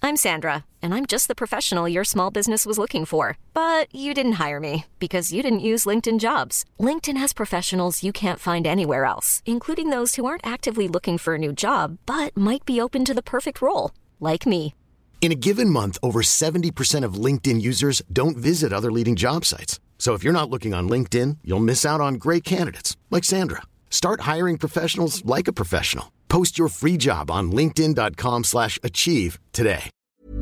I'm Sandra, and I'm just the professional your small business was looking for. But you didn't hire me because you didn't use LinkedIn Jobs. LinkedIn has professionals you can't find anywhere else, including those who aren't actively looking for a new job, but might be open to the perfect role, like me. In a given month, over 70% of LinkedIn users don't visit other leading job sites. So if you're not looking on LinkedIn, you'll miss out on great candidates like Sandra. Start hiring professionals like a professional. Post your free job on linkedin.com/achieve today.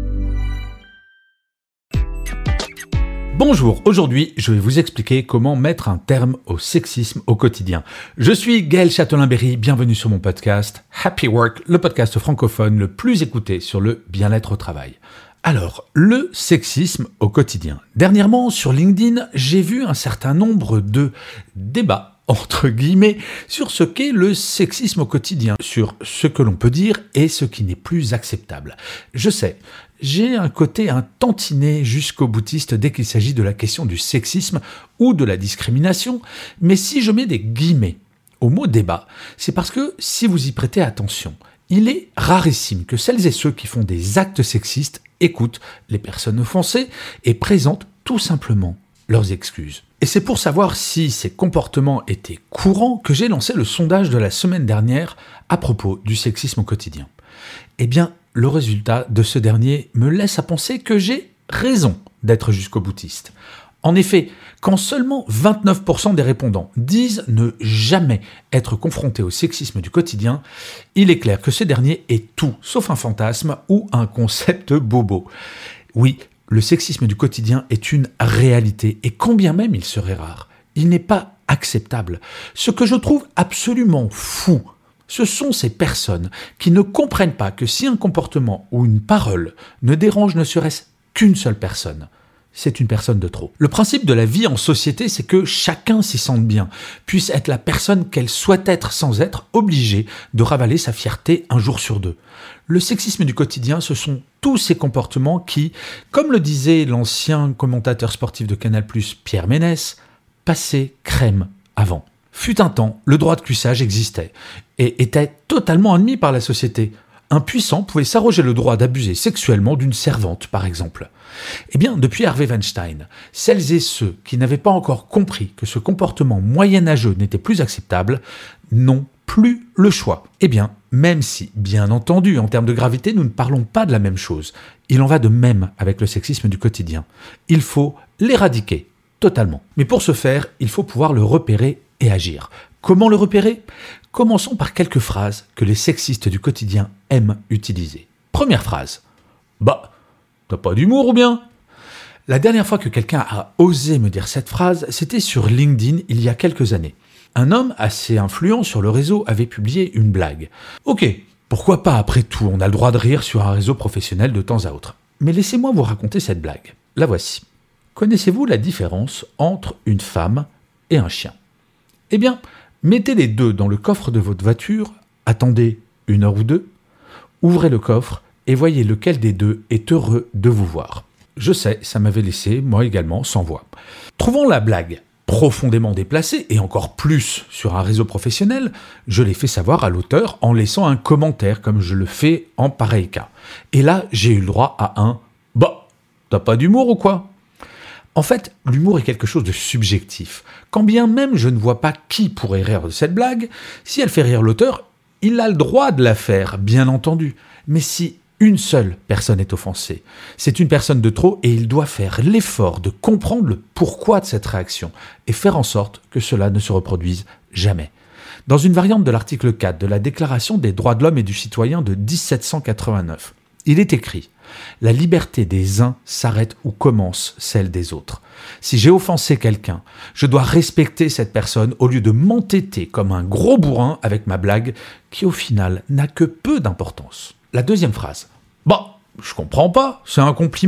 Bonjour, aujourd'hui je vais vous expliquer comment mettre un terme au sexisme au quotidien. Je suis Gaël Châtelain-Berry, bienvenue sur mon podcast Happy Work, le podcast francophone le plus écouté sur le bien-être au travail. Alors, le sexisme au quotidien. Dernièrement, sur LinkedIn, j'ai vu un certain nombre de débats, entre guillemets, sur ce qu'est le sexisme au quotidien, sur ce que l'on peut dire et ce qui n'est plus acceptable. Je sais, j'ai un côté un tantinet jusqu'au boutiste dès qu'il s'agit de la question du sexisme ou de la discrimination, mais si je mets des guillemets au mot débat, c'est parce que si vous y prêtez attention, il est rarissime que celles et ceux qui font des actes sexistes écoutent les personnes offensées et présentent tout simplement leurs excuses. Et c'est pour savoir si ces comportements étaient courants que j'ai lancé le sondage de la semaine dernière à propos du sexisme au quotidien. Eh bien, le résultat de ce dernier me laisse à penser que j'ai raison d'être jusqu'au boutiste. En effet, quand seulement 29% des répondants disent ne jamais être confrontés au sexisme du quotidien, il est clair que ce dernier est tout sauf un fantasme ou un concept bobo. Oui, le sexisme du quotidien est une réalité et quand bien même il serait rare, il n'est pas acceptable. Ce que je trouve absolument fou, ce sont ces personnes qui ne comprennent pas que si un comportement ou une parole ne dérange ne serait-ce qu'une seule personne, c'est une personne de trop. Le principe de la vie en société, c'est que chacun s'y sente bien, puisse être la personne qu'elle souhaite être sans être obligée de ravaler sa fierté un jour sur deux. Le sexisme du quotidien, ce sont tous ces comportements qui, comme le disait l'ancien commentateur sportif de Canal+, Pierre Ménès, passaient crème avant. Fut un temps, le droit de cuissage existait et était totalement admis par la société. Un puissant pouvait s'arroger le droit d'abuser sexuellement d'une servante, par exemple. Eh bien, depuis Harvey Weinstein, celles et ceux qui n'avaient pas encore compris que ce comportement moyenâgeux n'était plus acceptable, n'ont plus le choix. Eh bien, même si, bien entendu, en termes de gravité, nous ne parlons pas de la même chose, il en va de même avec le sexisme du quotidien. Il faut l'éradiquer totalement. Mais pour ce faire, il faut pouvoir le repérer et agir. Comment le repérer ? Commençons par quelques phrases que les sexistes du quotidien aiment utiliser. Première phrase. Bah, t'as pas d'humour ou bien ? La dernière fois que quelqu'un a osé me dire cette phrase, c'était sur LinkedIn il y a quelques années. Un homme assez influent sur le réseau avait publié une blague. Ok, pourquoi pas après tout, on a le droit de rire sur un réseau professionnel de temps à autre. Mais laissez-moi vous raconter cette blague. La voici. Connaissez-vous la différence entre une femme et un chien ? Eh bien, mettez les deux dans le coffre de votre voiture, attendez 1 heure ou 2, ouvrez le coffre et voyez lequel des deux est heureux de vous voir. Je sais, ça m'avait laissé, moi également, sans voix. Trouvant la blague profondément déplacée, et encore plus sur un réseau professionnel, je l'ai fait savoir à l'auteur en laissant un commentaire, comme je le fais en pareil cas. Et là, j'ai eu le droit à un « Bah, t'as pas d'humour ou quoi ?» En fait, l'humour est quelque chose de subjectif. Quand bien même je ne vois pas qui pourrait rire de cette blague, si elle fait rire l'auteur, il a le droit de la faire, bien entendu. Mais si une seule personne est offensée, c'est une personne de trop et il doit faire l'effort de comprendre le pourquoi de cette réaction et faire en sorte que cela ne se reproduise jamais. Dans une variante de l'article 4 de la Déclaration des droits de l'homme et du citoyen de 1789, il est écrit « La liberté des uns s'arrête où commence celle des autres. Si j'ai offensé quelqu'un, je dois respecter cette personne au lieu de m'entêter comme un gros bourrin avec ma blague qui au final n'a que peu d'importance. » La deuxième phrase. « Bah, je comprends pas, c'est un compliment. »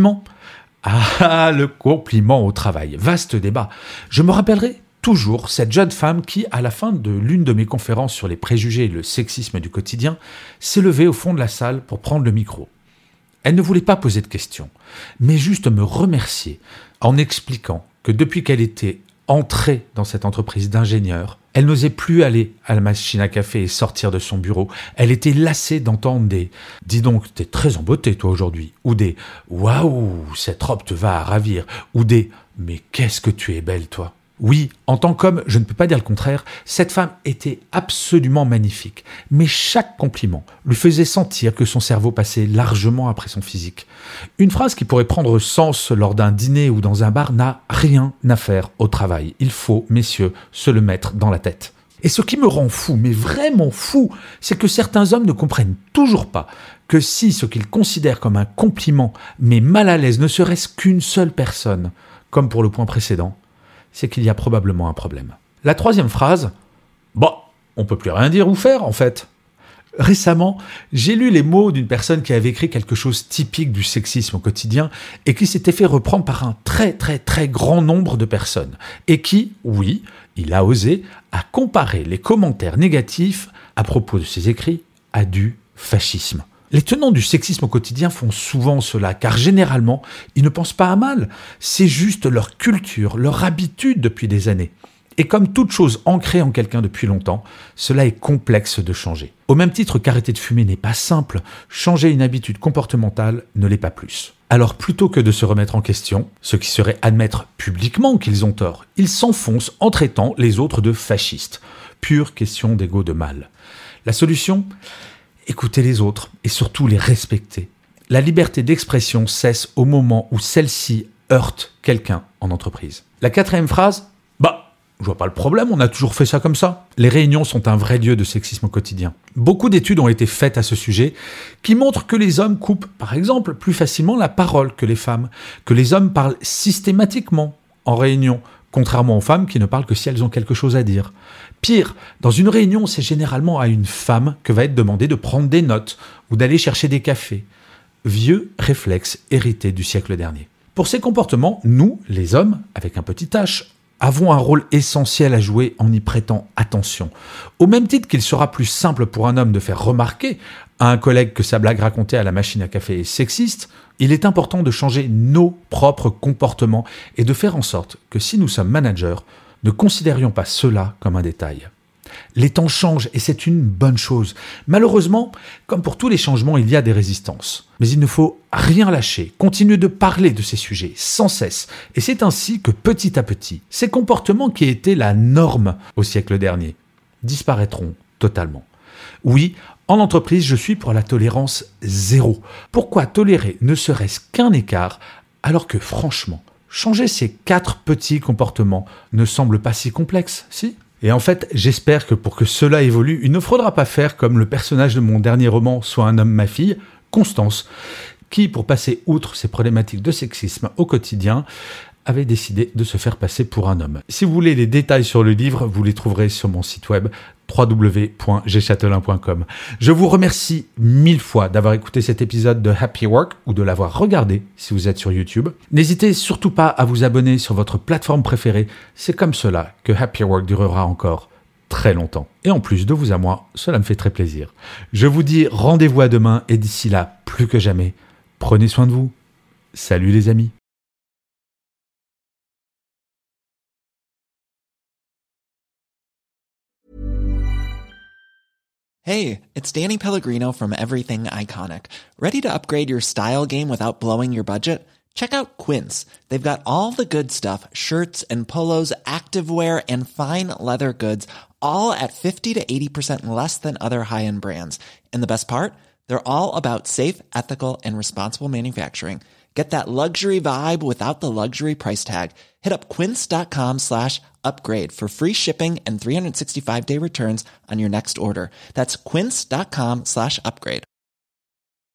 Ah, le compliment au travail, vaste débat. Je me rappellerai toujours cette jeune femme qui, à la fin de l'une de mes conférences sur les préjugés et le sexisme du quotidien, s'est levée au fond de la salle pour prendre le micro. Elle ne voulait pas poser de questions, mais juste me remercier en expliquant que depuis qu'elle était entrée dans cette entreprise d'ingénieur, Elle n'osait plus aller à la machine à café et sortir de son bureau. Elle était lassée d'entendre des « Dis donc, t'es très en beauté toi aujourd'hui » ou des « Waouh, cette robe te va à ravir » ou des « Mais qu'est-ce que tu es belle toi ?» Oui, en tant qu'homme, je ne peux pas dire le contraire, cette femme était absolument magnifique. Mais chaque compliment lui faisait sentir que son cerveau passait largement après son physique. Une phrase qui pourrait prendre sens lors d'un dîner ou dans un bar n'a rien à faire au travail. Il faut, messieurs, se le mettre dans la tête. Et ce qui me rend fou, mais vraiment fou, c'est que certains hommes ne comprennent toujours pas que si ce qu'ils considèrent comme un compliment met mal à l'aise ne serait-ce qu'une seule personne, comme pour le point précédent, c'est qu'il y a probablement un problème. La troisième phrase, on peut plus rien dire ou faire en fait. Récemment, j'ai lu les mots d'une personne qui avait écrit quelque chose typique du sexisme au quotidien et qui s'était fait reprendre par un très très très grand nombre de personnes et qui, oui, il a osé, a comparé les commentaires négatifs à propos de ses écrits à du fascisme. Les tenants du sexisme au quotidien font souvent cela, car généralement, ils ne pensent pas à mal. C'est juste leur culture, leur habitude depuis des années. Et comme toute chose ancrée en quelqu'un depuis longtemps, cela est complexe de changer. Au même titre qu'arrêter de fumer n'est pas simple, changer une habitude comportementale ne l'est pas plus. Alors plutôt que de se remettre en question, ce qui serait admettre publiquement qu'ils ont tort, ils s'enfoncent en traitant les autres de fascistes. Pure question d'ego de mal. La solution ? Écouter les autres et surtout les respecter. La liberté d'expression cesse au moment où celle-ci heurte quelqu'un en entreprise. La quatrième phrase, je vois pas le problème, on a toujours fait ça comme ça. Les réunions sont un vrai lieu de sexisme au quotidien. Beaucoup d'études ont été faites à ce sujet qui montrent que les hommes coupent, par exemple, plus facilement la parole que les femmes, que les hommes parlent systématiquement en réunion, contrairement aux femmes qui ne parlent que si elles ont quelque chose à dire. Pire, dans une réunion, c'est généralement à une femme que va être demandé de prendre des notes ou d'aller chercher des cafés. Vieux réflexe hérité du siècle dernier. Pour ces comportements, nous, les hommes, avec un petit h, avons un rôle essentiel à jouer en y prêtant attention. Au même titre qu'il sera plus simple pour un homme de faire remarquer à un collègue que sa blague racontée à la machine à café est sexiste, il est important de changer nos propres comportements et de faire en sorte que si nous sommes managers, ne considérions pas cela comme un détail. Les temps changent et c'est une bonne chose. Malheureusement, comme pour tous les changements, il y a des résistances. Mais il ne faut rien lâcher, continuer de parler de ces sujets sans cesse. Et c'est ainsi que petit à petit, ces comportements qui étaient la norme au siècle dernier disparaîtront totalement. Oui, en entreprise, je suis pour la tolérance zéro. Pourquoi tolérer ne serait-ce qu'un écart alors que franchement, changer ces 4 petits comportements ne semble pas si complexe, si ? Et en fait, j'espère que pour que cela évolue, il ne faudra pas faire comme le personnage de mon dernier roman, Soit un homme, ma fille, Constance, qui, pour passer outre ces problématiques de sexisme au quotidien, avait décidé de se faire passer pour un homme. Si vous voulez les détails sur le livre, vous les trouverez sur mon site web www.gchatelain.com. Je vous remercie 1000 fois d'avoir écouté cet épisode de Happy Work ou de l'avoir regardé si vous êtes sur YouTube. N'hésitez surtout pas à vous abonner sur votre plateforme préférée. C'est comme cela que Happy Work durera encore très longtemps. Et en plus, de vous à moi, cela me fait très plaisir. Je vous dis rendez-vous à demain et d'ici là, plus que jamais, prenez soin de vous. Salut les amis. Hey, it's Danny Pellegrino from Everything Iconic. Ready to upgrade your style game without blowing your budget? Check out Quince. They've got all the good stuff, shirts and polos, activewear, and fine leather goods, all at 50 to 80% less than other high-end brands. And the best part? They're all about safe, ethical, and responsible manufacturing. Get that luxury vibe without the luxury price tag. Hit up quince.com/upgrade for free shipping and 365-day returns on your next order. That's quince.com/upgrade.